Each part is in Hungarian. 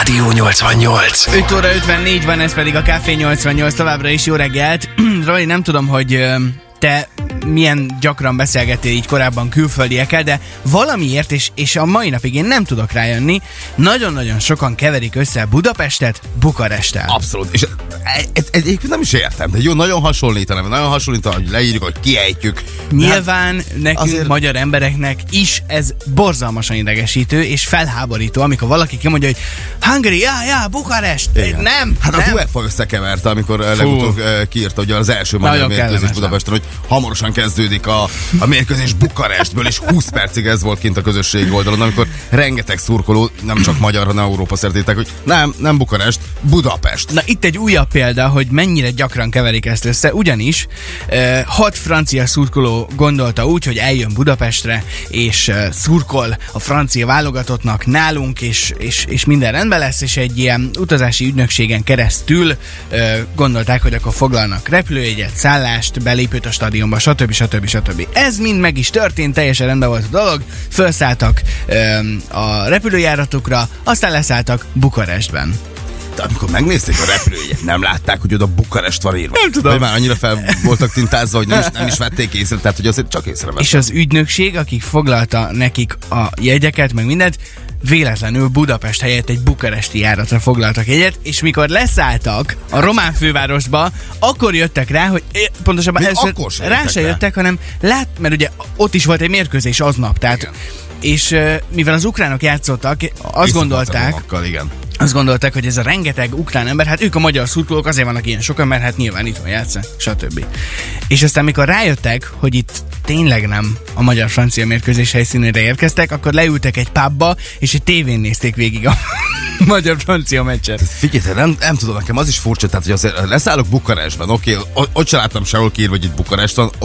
Rádió 88. 5 óra 54 van, ez pedig a Café 88, továbbra is jó reggelt. Roli, nem tudom, hogy te milyen gyakran beszélgettél így korábban külföldiekkel, de valamiért, és a mai napig én nem tudok rájönni, nagyon-nagyon sokan keverik össze Budapestet Bukaresttel. Abszolút, és egyébként nem is értem, de jó, nagyon hasonlítanak, hogy leírjuk, hogy kiejtjük. Nyilván nekünk, azért... magyar embereknek is ez borzalmasan idegesítő és felháborító, amikor valaki kimondja, hogy Hungary, Bukarest. Nem. Hát nem. az UEFA összekeverte, amikor legutóbb kiírta ugye az első magyar mérkőzés Budapesten, hogy hamarosan kezdődik a mérkőzés Bukarestből, és 20 percig ez volt kint a közösségi oldalon, amikor rengeteg szurkoló, nem csak magyar, hanem Európa szertétek, hogy nem Bukarest, Budapest. Na itt egy újabb példa, hogy mennyire gyakran keverik ezt össze, ugyanis 6 francia szurkoló gondolta úgy, hogy eljön Budapestre, és szurkol a francia válogatottnak nálunk, és minden rendben lesz, és egy ilyen utazási ügynökségen keresztül gondolták, hogy akkor foglalnak repülőjegyet, szállást, belépőt a stadionba, stb. Ez mind meg is történt, teljesen rendben volt a dolog, felszálltak a repülőjáratokra, aztán leszálltak Bukarestben. De amikor megnézték a repülőjét, nem látták, hogy oda Bukarest van írva. Nem tudom. Vagy már annyira fel voltak tintázva, hogy nem is vették észre, tehát hogy azért csak észrevettek. És az ügynökség, akik foglalta nekik a jegyeket, meg mindent, véletlenül Budapest helyett egy bukaresti járatra foglaltak jegyet, és mikor leszálltak a román fővárosba, akkor jöttek rá, hogy pontosabban először rá se jöttek, hanem mert ugye ott is volt egy mérkőzés aznap, tehát igen. És mivel az ukránok játszottak, azt gondolták, hogy ez a rengeteg ukrán ember, hát ők a magyar szurkolók, azért vannak ilyen sokan, mert hát nyilván itt van játszani, stb. És aztán mikor rájöttek, hogy itt tényleg nem a magyar-francia mérkőzés helyszínére érkeztek, akkor leültek egy pubba, és egy tévén nézték végig a magyar-francia meccset. Figyelj, nem tudom, nekem az is furcsa, tehát hogy azért leszállok Bukarestben, ott sem láttam sehol kiírva, hogy itt Bukarest van,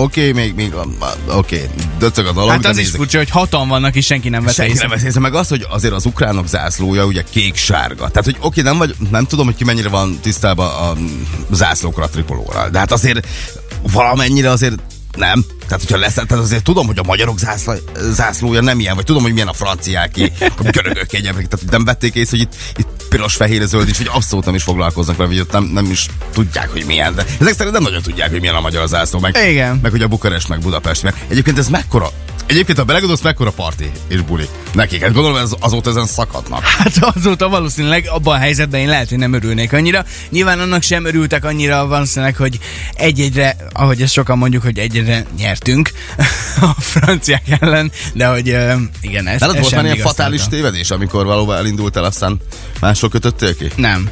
döcög a dolog. Hát az is furcsa, hogy 6-an vannak, és senki nem vette észre. Meg az, hogy azért az ukránok zászlója ugye kék-sárga. Tehát, hogy nem tudom, hogy ki mennyire van tisztában a zászlókra, a trikolórral, de hát azért valamennyire azért nem. Tehát, hogyha lesz, tehát azért tudom, hogy a magyarok zászlója nem ilyen, vagy tudom, hogy milyen a franciáké, a görögök egyébként. Tehát nem vették észre, hogy itt piros, fehér, zöld is, vagy abszolút nem is foglalkoznak vele, vagy ott nem is tudják, hogy milyen. De ezek szerint nem nagyon tudják, hogy milyen a magyar zászló, meg hogy a Bukarest, meg Budapest. Mert egyébként ez mekkora, ha belegondolsz, mekkora parti és buli nekik. Hát gondolom, azóta ezen szakadnak. Hát azóta valószínűleg abban a helyzetben én lehet, hogy nem örülnék annyira. Nyilván annak sem örültek annyira valószínűleg, hogy egy-egyre, ahogy ezt sokan mondjuk, hogy egy-egyre nyertünk a franciák ellen, de hogy igen, ez sem volt már ilyen fatális tévedés, amikor valóban elindultál, aztán másról kötöttél ki? Nem.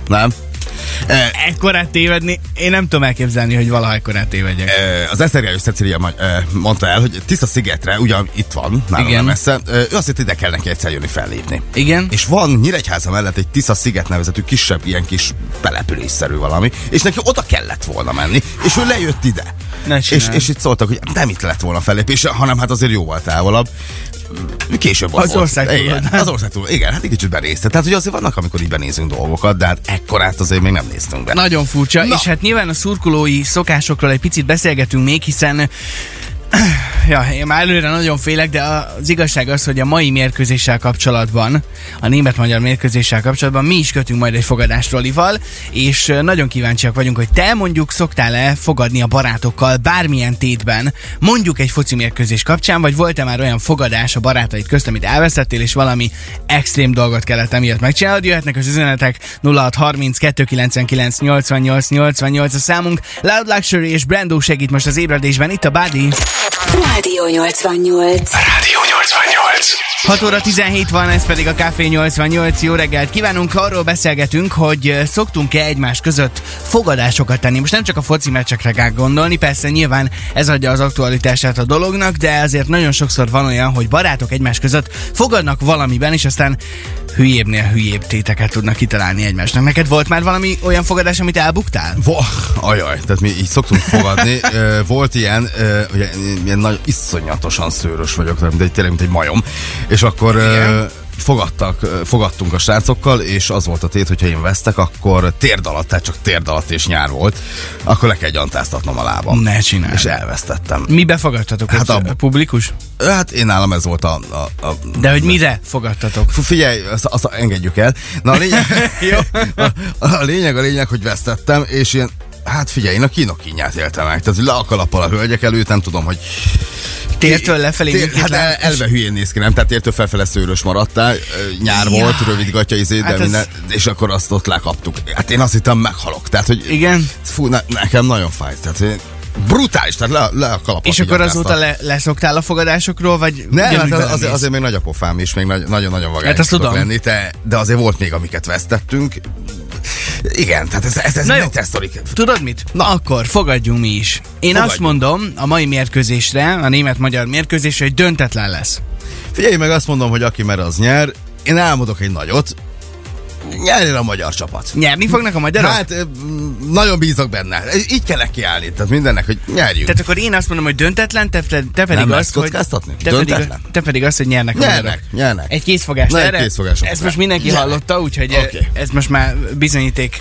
Ekkorát tévedni, én nem tudom elképzelni, hogy valaha ekkorát tévedjek. Az Esztergályos Cecília mondta el, hogy Tisza-szigetre, ugyan itt van, nálam nem messze, ő azt hitt, ide kell neki egyszer jönni fellépni. Igen. És van Nyíregyháza mellett egy Tisza-sziget nevezetű kisebb, ilyen kis településszerű valami, és neki oda kellett volna menni, és ő lejött ide. És itt szóltak, hogy nem itt lett volna fellépés, hanem hát azért jóval távolabb. Később az országtól. Az országtól, igen, hát egy kicsit benézte. Tehát, hogy azért vannak, amikor így benézünk dolgokat, de hát ekkorát azért még nem néztünk be. Nagyon furcsa, és hát nyilván a szurkolói szokásokról egy picit beszélgetünk még, hiszen én már előre nagyon félek, de az igazság az, hogy a mai mérkőzéssel kapcsolatban, a német-magyar mérkőzéssel kapcsolatban mi is kötünk majd egy fogadást Rolival, és nagyon kíváncsiak vagyunk, hogy te mondjuk szoktál-e fogadni a barátokkal bármilyen tétben, mondjuk egy foci mérkőzés kapcsán, vagy volt-e már olyan fogadás a barátaid közt, amit elvesztettél, és valami extrém dolgot kellett emiatt megcsinálod? Jöhetnek az üzenetek 0630 299 88 88 a számunk. Loud Luxury és Brando segít most az ébredésben, itt a Body. Rádió 88. 6 óra 17 van, ez pedig a Café 88. Jó reggelt kívánunk, arról beszélgetünk, hogy szoktunk-e egymás között fogadásokat tenni. Most nem csak a foci meccsekre kell gondolni, persze nyilván ez adja az aktualitását a dolognak, de azért nagyon sokszor van olyan, hogy barátok egymás között fogadnak valamiben, és aztán hülyébbnél hülyébb téteket tudnak kitalálni egymásnak. Neked volt már valami olyan fogadás, amit elbuktál? Ajaj, tehát mi így szoktunk fogadni. Volt ilyen, ugye ilyen nagyon iszonyatosan szőrös vagyok, de tényleg mint egy majom. És akkor fogadtunk a srácokkal, és az volt a tét, hogyha én vesztek, akkor térd alatt, tehát csak térd alatt és nyár volt, akkor le kell gyantáztatnom a lábam. Ne csinálj. És elvesztettem. Mibe fogadtatok? Hát a publikus? Hát én nálam ez volt a De hogy mire fogadtatok? Figyelj, azt engedjük el. Na a lényeg, a lényeg, hogy vesztettem, és ilyen, hát figyelj, én a kínokínját éltem meg. Tehát le a kalappal a hölgyek előtt, nem tudom, hogy tértől lefelé? Hát elve hülyén néz ki, nem? Tehát tértől felfele szőrös maradtál, nyár volt, rövid gatya izé, de minden, és akkor azt ott lekaptuk. Hát én azt hittem, meghalok. Tehát, hogy igen? Fú, nekem nagyon fájt. Tehát brutális, tehát le a kalapot. És akkor azóta leszoktál a fogadásokról, vagy? Nem, hát azért még nagy a pofám is, még nagyon-nagyon vagány tudok lenni, de azért volt még, amiket vesztettünk. Igen, tehát ez egy tesztorik. Tudod mit? Na akkor fogadjunk mi is. Én azt mondom a mai mérkőzésre, a német-magyar mérkőzésre, hogy döntetlen lesz. Figyelj meg, azt mondom, hogy aki mer, az nyer. Én álmodok egy nagyot. Nyerjen a magyar csapat. Nyerni fognak a magyarok? Hát nagyon bízok benne. Így kell kiállni, tehát mindennek, hogy nyerjünk. Tehát akkor én azt mondom, hogy döntetlen, te pedig nem azt, hogy... Te pedig azt, hogy nyernek a magyarok. Nyernek. Egy készfogás erre? Ezt most mindenki hallotta, úgyhogy ez most már bizonyíték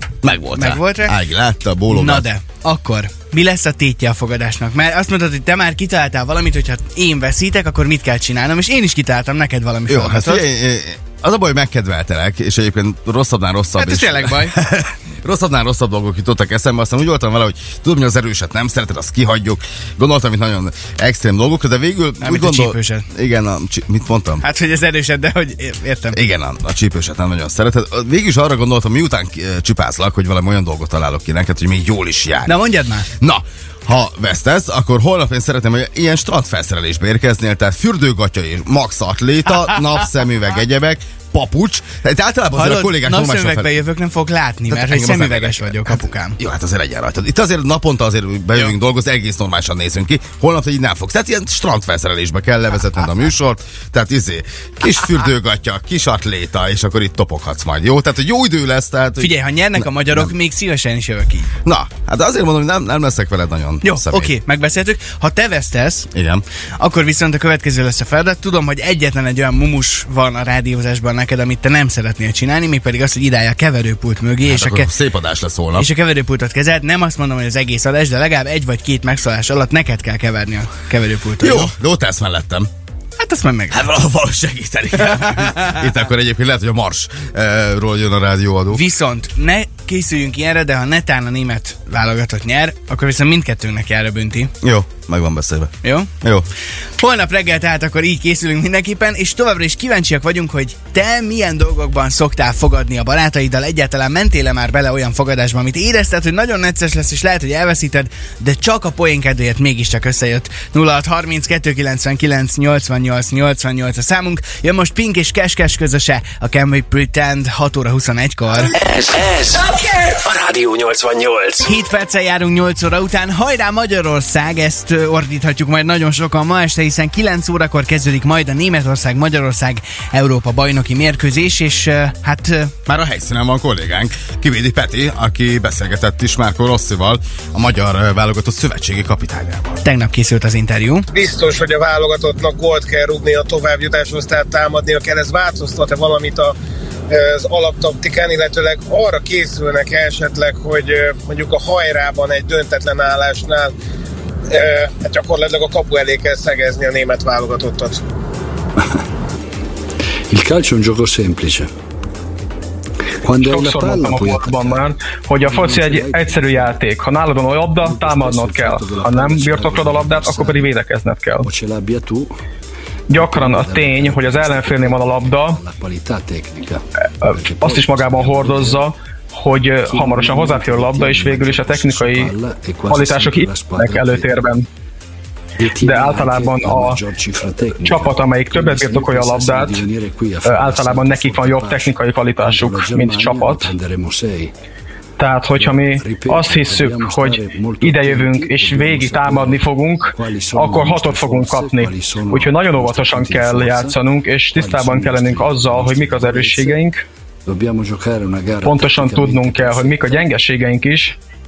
megvolt rá. Ági látta, bólogat. Na de, akkor mi lesz a tétje a fogadásnak? Mert azt mondtad, hogy te már kitaláltál valamit, hogyha én veszítek, akkor mit kell csinálnom, és én is kitaláltam neked valami feladatot. Az a baj, hogy megkedveltelek, és egyébként rosszabbnál rosszabb. Hát ez tényleg baj. Rosszabbnál rosszabb dolgok jutottak eszembe, aztán úgy voltam vele, hogy tudom, hogy az erőset nem szereted, azt kihagyjuk. Gondoltam itt nagyon extrém dolgokra, de végül nem, úgy csípőset. Igen, mit mondtam? Hát, hogy az erőset, de hogy értem. Igen, a csípőset nem nagyon szereted. Végül is arra gondoltam, miután csipázlak, hogy valami olyan dolgot találok ki neked, hogy még jól is jár. Na mondjad már. Na, ha vesztesz, akkor holnap én szeretném, hogy ilyen strandfelszerelésbe érkeznél, tehát fürdőgatya és max atléta, napszemüveg, egyebek, papucs. Tehát általában azért a kollégák napszemüvegbe jövök, nem fog látni, mert hogy szemüveges vagyok, apukám. Jó, hát azért legyen rajtad. Itt azért naponta azért bejövünk dolgozni, egész normálisan nézünk ki. Holnap így nem fogsz. Tehát ilyen strandfelszerelésbe kell levezetned a műsort. Tehát kis fürdőgatya, kis atléta, és akkor itt topoghatsz majd. Jó? Tehát, hogy jó idő lesz. Tehát, figyelj, ha nyernek a magyarok, még szívesen is jövök így. Na, hát azért mondom, hogy nem leszek veled nagyon. Jó, oké, megbeszéltük. Ha te vesztesz, igen, akkor viszont a következő lesz a feladat. Tudom, hogy egyetlen egy olyan mumus van a rádiózásban neked, amit te nem szeretnél csinálni, mégpedig az, hogy ideálja a keverőpult mögé, hát és szép adás lesz holnap. És a keverőpultot kezeld. Nem azt mondom, hogy az egész adás, de legalább 1 vagy 2 megszólás alatt neked kell keverni a keverőpultot. Jó, de ott állsz mellettem. Hát azt meg. Hát valahol segíteni. Itt akkor egyébként lehet, hogy a Marsról jön a rádióadó. Viszont ne készüljünk ilyenre, de ha netán a német válogatott nyer, akkor viszont mindkettőnknek jár a bünti. Jó, meg van beszélve. Jó. Holnap reggel tehát akkor így készülünk mindenképpen, és továbbra is kíváncsiak vagyunk, hogy te milyen dolgokban szoktál fogadni a barátaiddal, egyáltalán mentél-e már bele olyan fogadásba, amit érezted, hogy nagyon necces lesz, és lehet, hogy elveszíted, de csak a poén kedvéért mégiscsak összejött. 0630 299 88 88 a számunk. Jön most Pink és Kes közöse, a Can We Pretend 6 óra 21-kor. Ez a Rádió 88. 7 perccel járunk 8 óra után. Hajrá Magyarország, ezt ordíthatjuk majd nagyon sokan ma este, hiszen 9 órakor kezdődik majd a Németország-Magyarország Európa bajnoki mérkőzés, és már a helyszínen van kollégánk, Kivédi Peti, aki beszélgetett is Márko Rosszival, a magyar válogatott szövetségi kapitányával. Tegnap készült az interjú. Biztos, hogy a válogatottnak gólt kell rúgni a továbbjutáshoz, tehát támadnia kell. Ez változtat-e valamit az alaptaktikán, illetőleg arra készülnek esetleg, hogy mondjuk a hajrában egy döntetlen állásnál hát gyakorlatilag a kapu elé kell szegezni a német válogatottat. Il calcio è un gioco semplice. Sokszor mondtam a boltban már, hogy a foci egy egyszerű játék. Ha nálad van a labda, támadnod kell. Ha nem birtoklod a labdát, akkor pedig védekezned kell. Gyakran a tény, hogy az ellenfélnél van a labda, azt is magában hordozza, hogy hamarosan hozzáfér a labda, és végül is a technikai kvalitások itt előtérben. De általában a csapat, amelyik többet birtokolja a labdát, általában nekik van jobb technikai kvalitásuk, mint csapat. Tehát, hogyha mi azt hisszük, hogy idejövünk és végig támadni fogunk, akkor 6-ot fogunk kapni. Úgyhogy nagyon óvatosan kell játszanunk, és tisztában kell lennünk azzal, hogy mik az erősségeink. Pontosan tudnunk kell, hogy mik a gyengeségeink is,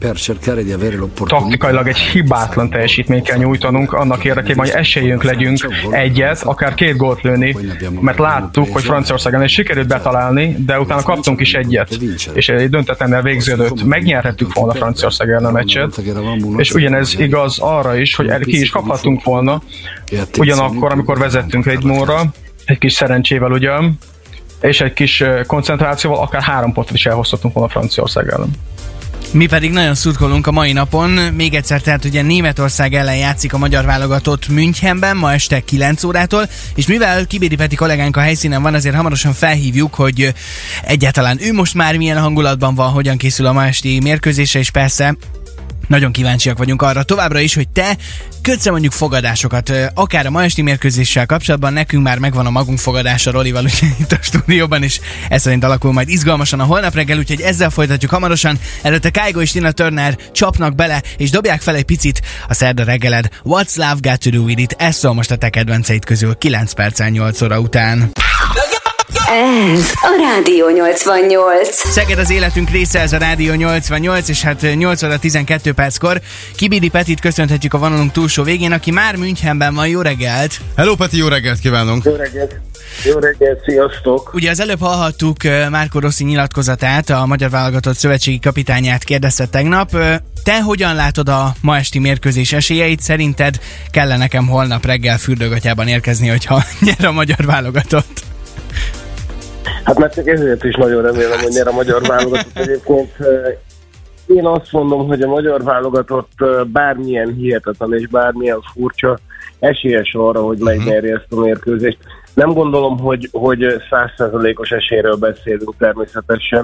taktikailag egy hibátlan teljesítményt kell nyújtanunk annak érdekében, hogy esélyünk legyünk egyet, akár 2 gólt lőni, mert láttuk, hogy Franciaországon is sikerült betalálni, de utána kaptunk is egyet, és egy döntetlennel végződött. Megnyerhettük volna Franciaország ellen a meccset, és ugyanez igaz arra is, hogy ki is kaphattunk volna, ugyanakkor, amikor vezettünk 1-0-ra, egy kis szerencsével ugyan, és egy kis koncentrációval akár 3 pontot is elhozhatunk volna Franciaország ellen. Mi pedig nagyon szurkolunk a mai napon. Még egyszer, tehát ugye Németország ellen játszik a magyar válogatott Münchenben, ma este 9 órától, és mivel Kibéri Peti kollégánk a helyszínen van, azért hamarosan felhívjuk, hogy egyáltalán ő most már milyen hangulatban van, hogyan készül a ma esti mérkőzésre, és persze nagyon kíváncsiak vagyunk arra továbbra is, hogy te kötsz mondjuk fogadásokat, akár a ma esti mérkőzéssel kapcsolatban. Nekünk már megvan a magunk fogadása Rolival, úgyhogy itt a stúdióban, és ez szerint alakul majd izgalmasan a holnap reggel, úgyhogy ezzel folytatjuk hamarosan. Előtte Kygo és Tina Turner csapnak bele, és dobják fel egy picit a szerda reggeled. What's Love Got to Do With It? Ez szól most a te kedvenceid közül 9 perccel 8 óra után. Ez a Rádió 88. Szeged az életünk része, ez a Rádió 88, és hát 8 óra 12 perckor Kibéri Petit köszönhetjük a vonalunk túlsó végén, aki már Münchenben van. Jó reggelt! Hello Peti, jó reggelt kívánunk! Jó reggelt! Jó reggelt, sziasztok! Ugye az előbb hallhattuk Marco Rossi nyilatkozatát, a magyar válogatott szövetségi kapitányát kérdezte tegnap. Te hogyan látod a ma esti mérkőzés esélyeit? Szerinted kell nekem holnap reggel fürdőgatyában érkezni, hogyha nyer a magyar válogatott? Hát már csak ezért is nagyon remélem, hogy nyer a magyar válogatott. Egyébként én azt mondom, hogy a magyar válogatott bármilyen hihetetlen és bármilyen furcsa esélyes arra, hogy megnyerje ezt a mérkőzést. Nem gondolom, hogy 100%-os esélyről beszélünk természetesen.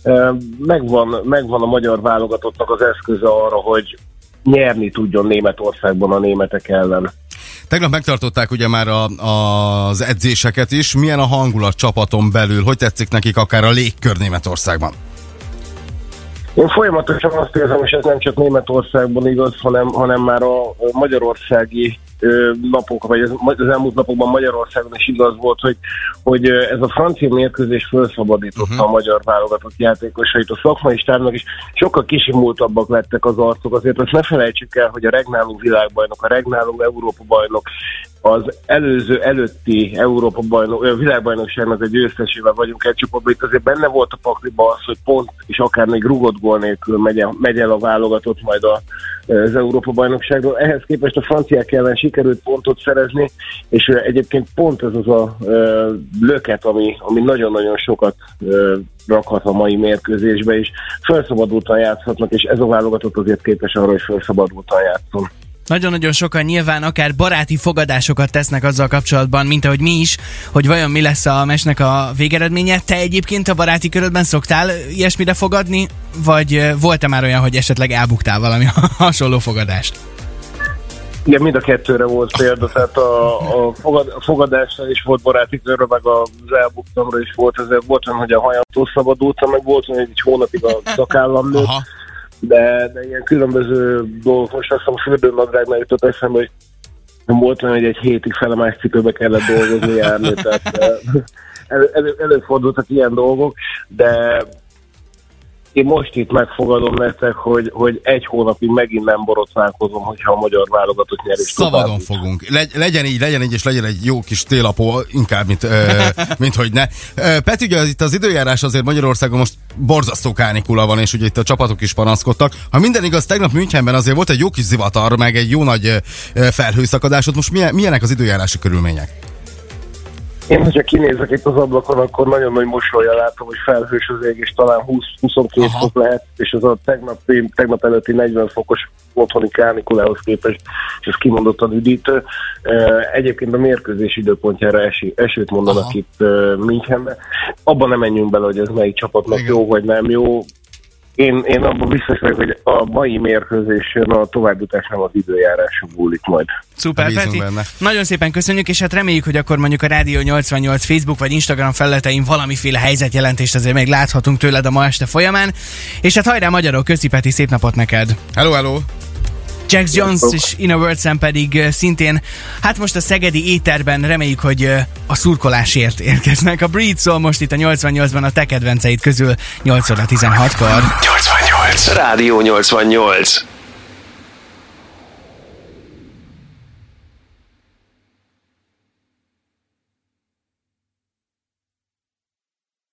Megvan a magyar válogatottnak az eszköze arra, hogy nyerni tudjon Németországban a németek ellen. Tegnap megtartották ugye már az edzéseket is. Milyen a hangulat csapaton belül? Hogy tetszik nekik akár a légkör Németországban? Én folyamatosan azt érzem, és ez nem csak Németországban igaz, hanem már a magyarországi napok, vagy az elmúlt napokban Magyarországon is igaz volt, hogy ez a francia mérkőzés felszabadította a magyar válogatott játékosait. A szakmai stábnak is sokkal kisimultabbak lettek az arcok. Azért azt ne felejtsük el, hogy a regnálunk világbajnok, a regnálunk Európa-bajnok, az előtti világbajnokságnak egy győztesével vagyunk egy csoportban. Itt azért benne volt a pakliba az, hogy pont és akár még rugott gól nélkül megy el a válogatott majd az Európa-bajnokságról. Ehhez képest a franciák ellen sikerült pontot szerezni, és egyébként pont ez az a löket, ami nagyon-nagyon sokat rakhat a mai mérkőzésbe, és felszabadultan játszhatnak, és ez a válogatott azért képes arra, hogy felszabadultan játszon. Nagyon-nagyon sokan nyilván akár baráti fogadásokat tesznek azzal kapcsolatban, mint ahogy mi is, hogy vajon mi lesz a meccsnek a végeredménye. Te egyébként a baráti körödben szoktál ilyesmire fogadni, vagy volt-e már olyan, hogy esetleg elbuktál valami hasonló fogadást? Igen, mind a kettőre volt példa, tehát a fogadásra is volt baráti körre, meg az elbuktamra is volt, ezért volt olyan, hogy a hajamtól szabadultam, meg volt olyan, hogy egy hónapig a szakállam nőtt. De ilyen különböző dolgok, most azt hiszem a fürdőnadrágnál jutott eszembe, hogy volt olyan, hogy egy hétig felemás cipőbe kellett dolgozni, járni, tehát előfordultak ilyen dolgok, de én most itt megfogadom nektek, hogy egy hónapig megint nem borotválkozom, hogyha a magyar válogatott nyer. Szabadon fogunk. Legyen így, és legyen egy jó kis télapó, inkább, mint hogy ne. Peti, ugye itt az időjárás azért Magyarországon most borzasztó kánikula van, és ugye itt a csapatok is panaszkodtak. Ha minden igaz, tegnap Münchenben azért volt egy jó kis zivatar, meg egy jó nagy felhőszakadásod. Most milyenek az időjárási körülmények? Én, hogyha kinézek itt az ablakon, akkor nagyon nagy mosollyal látom, hogy felhős az ég, és talán 20-22 fok lehet, és az a tegnap előtti 40 fokos otthoni kánikulához képest, és ez kimondottan üdítő. Egyébként a mérkőzés időpontjára esőt mondanak itt Münchenben. Abban nem menjünk bele, hogy ez melyik csapatnak jó vagy nem jó. Én abban biztos vagyok, hogy a mai mérkőzésen a továbbjutás nem az időjárású múlik majd. Szuper, Peti. Nagyon szépen köszönjük, és hát reméljük, hogy akkor mondjuk a Rádió 88 Facebook vagy Instagram felületein valamiféle helyzetjelentést azért még láthatunk tőled a ma este folyamán. És hát hajrá magyarok, köszi Peti, szép napot neked! Hello! Jax Jones és Inner Words-en pedig szintén, hát most a szegedi éterben reméljük, hogy a szurkolásért érkeznek. A Breed szól most itt a 88-ban a te kedvenceid közül 8 óra 16-kor. 88! 88. Rádió 88.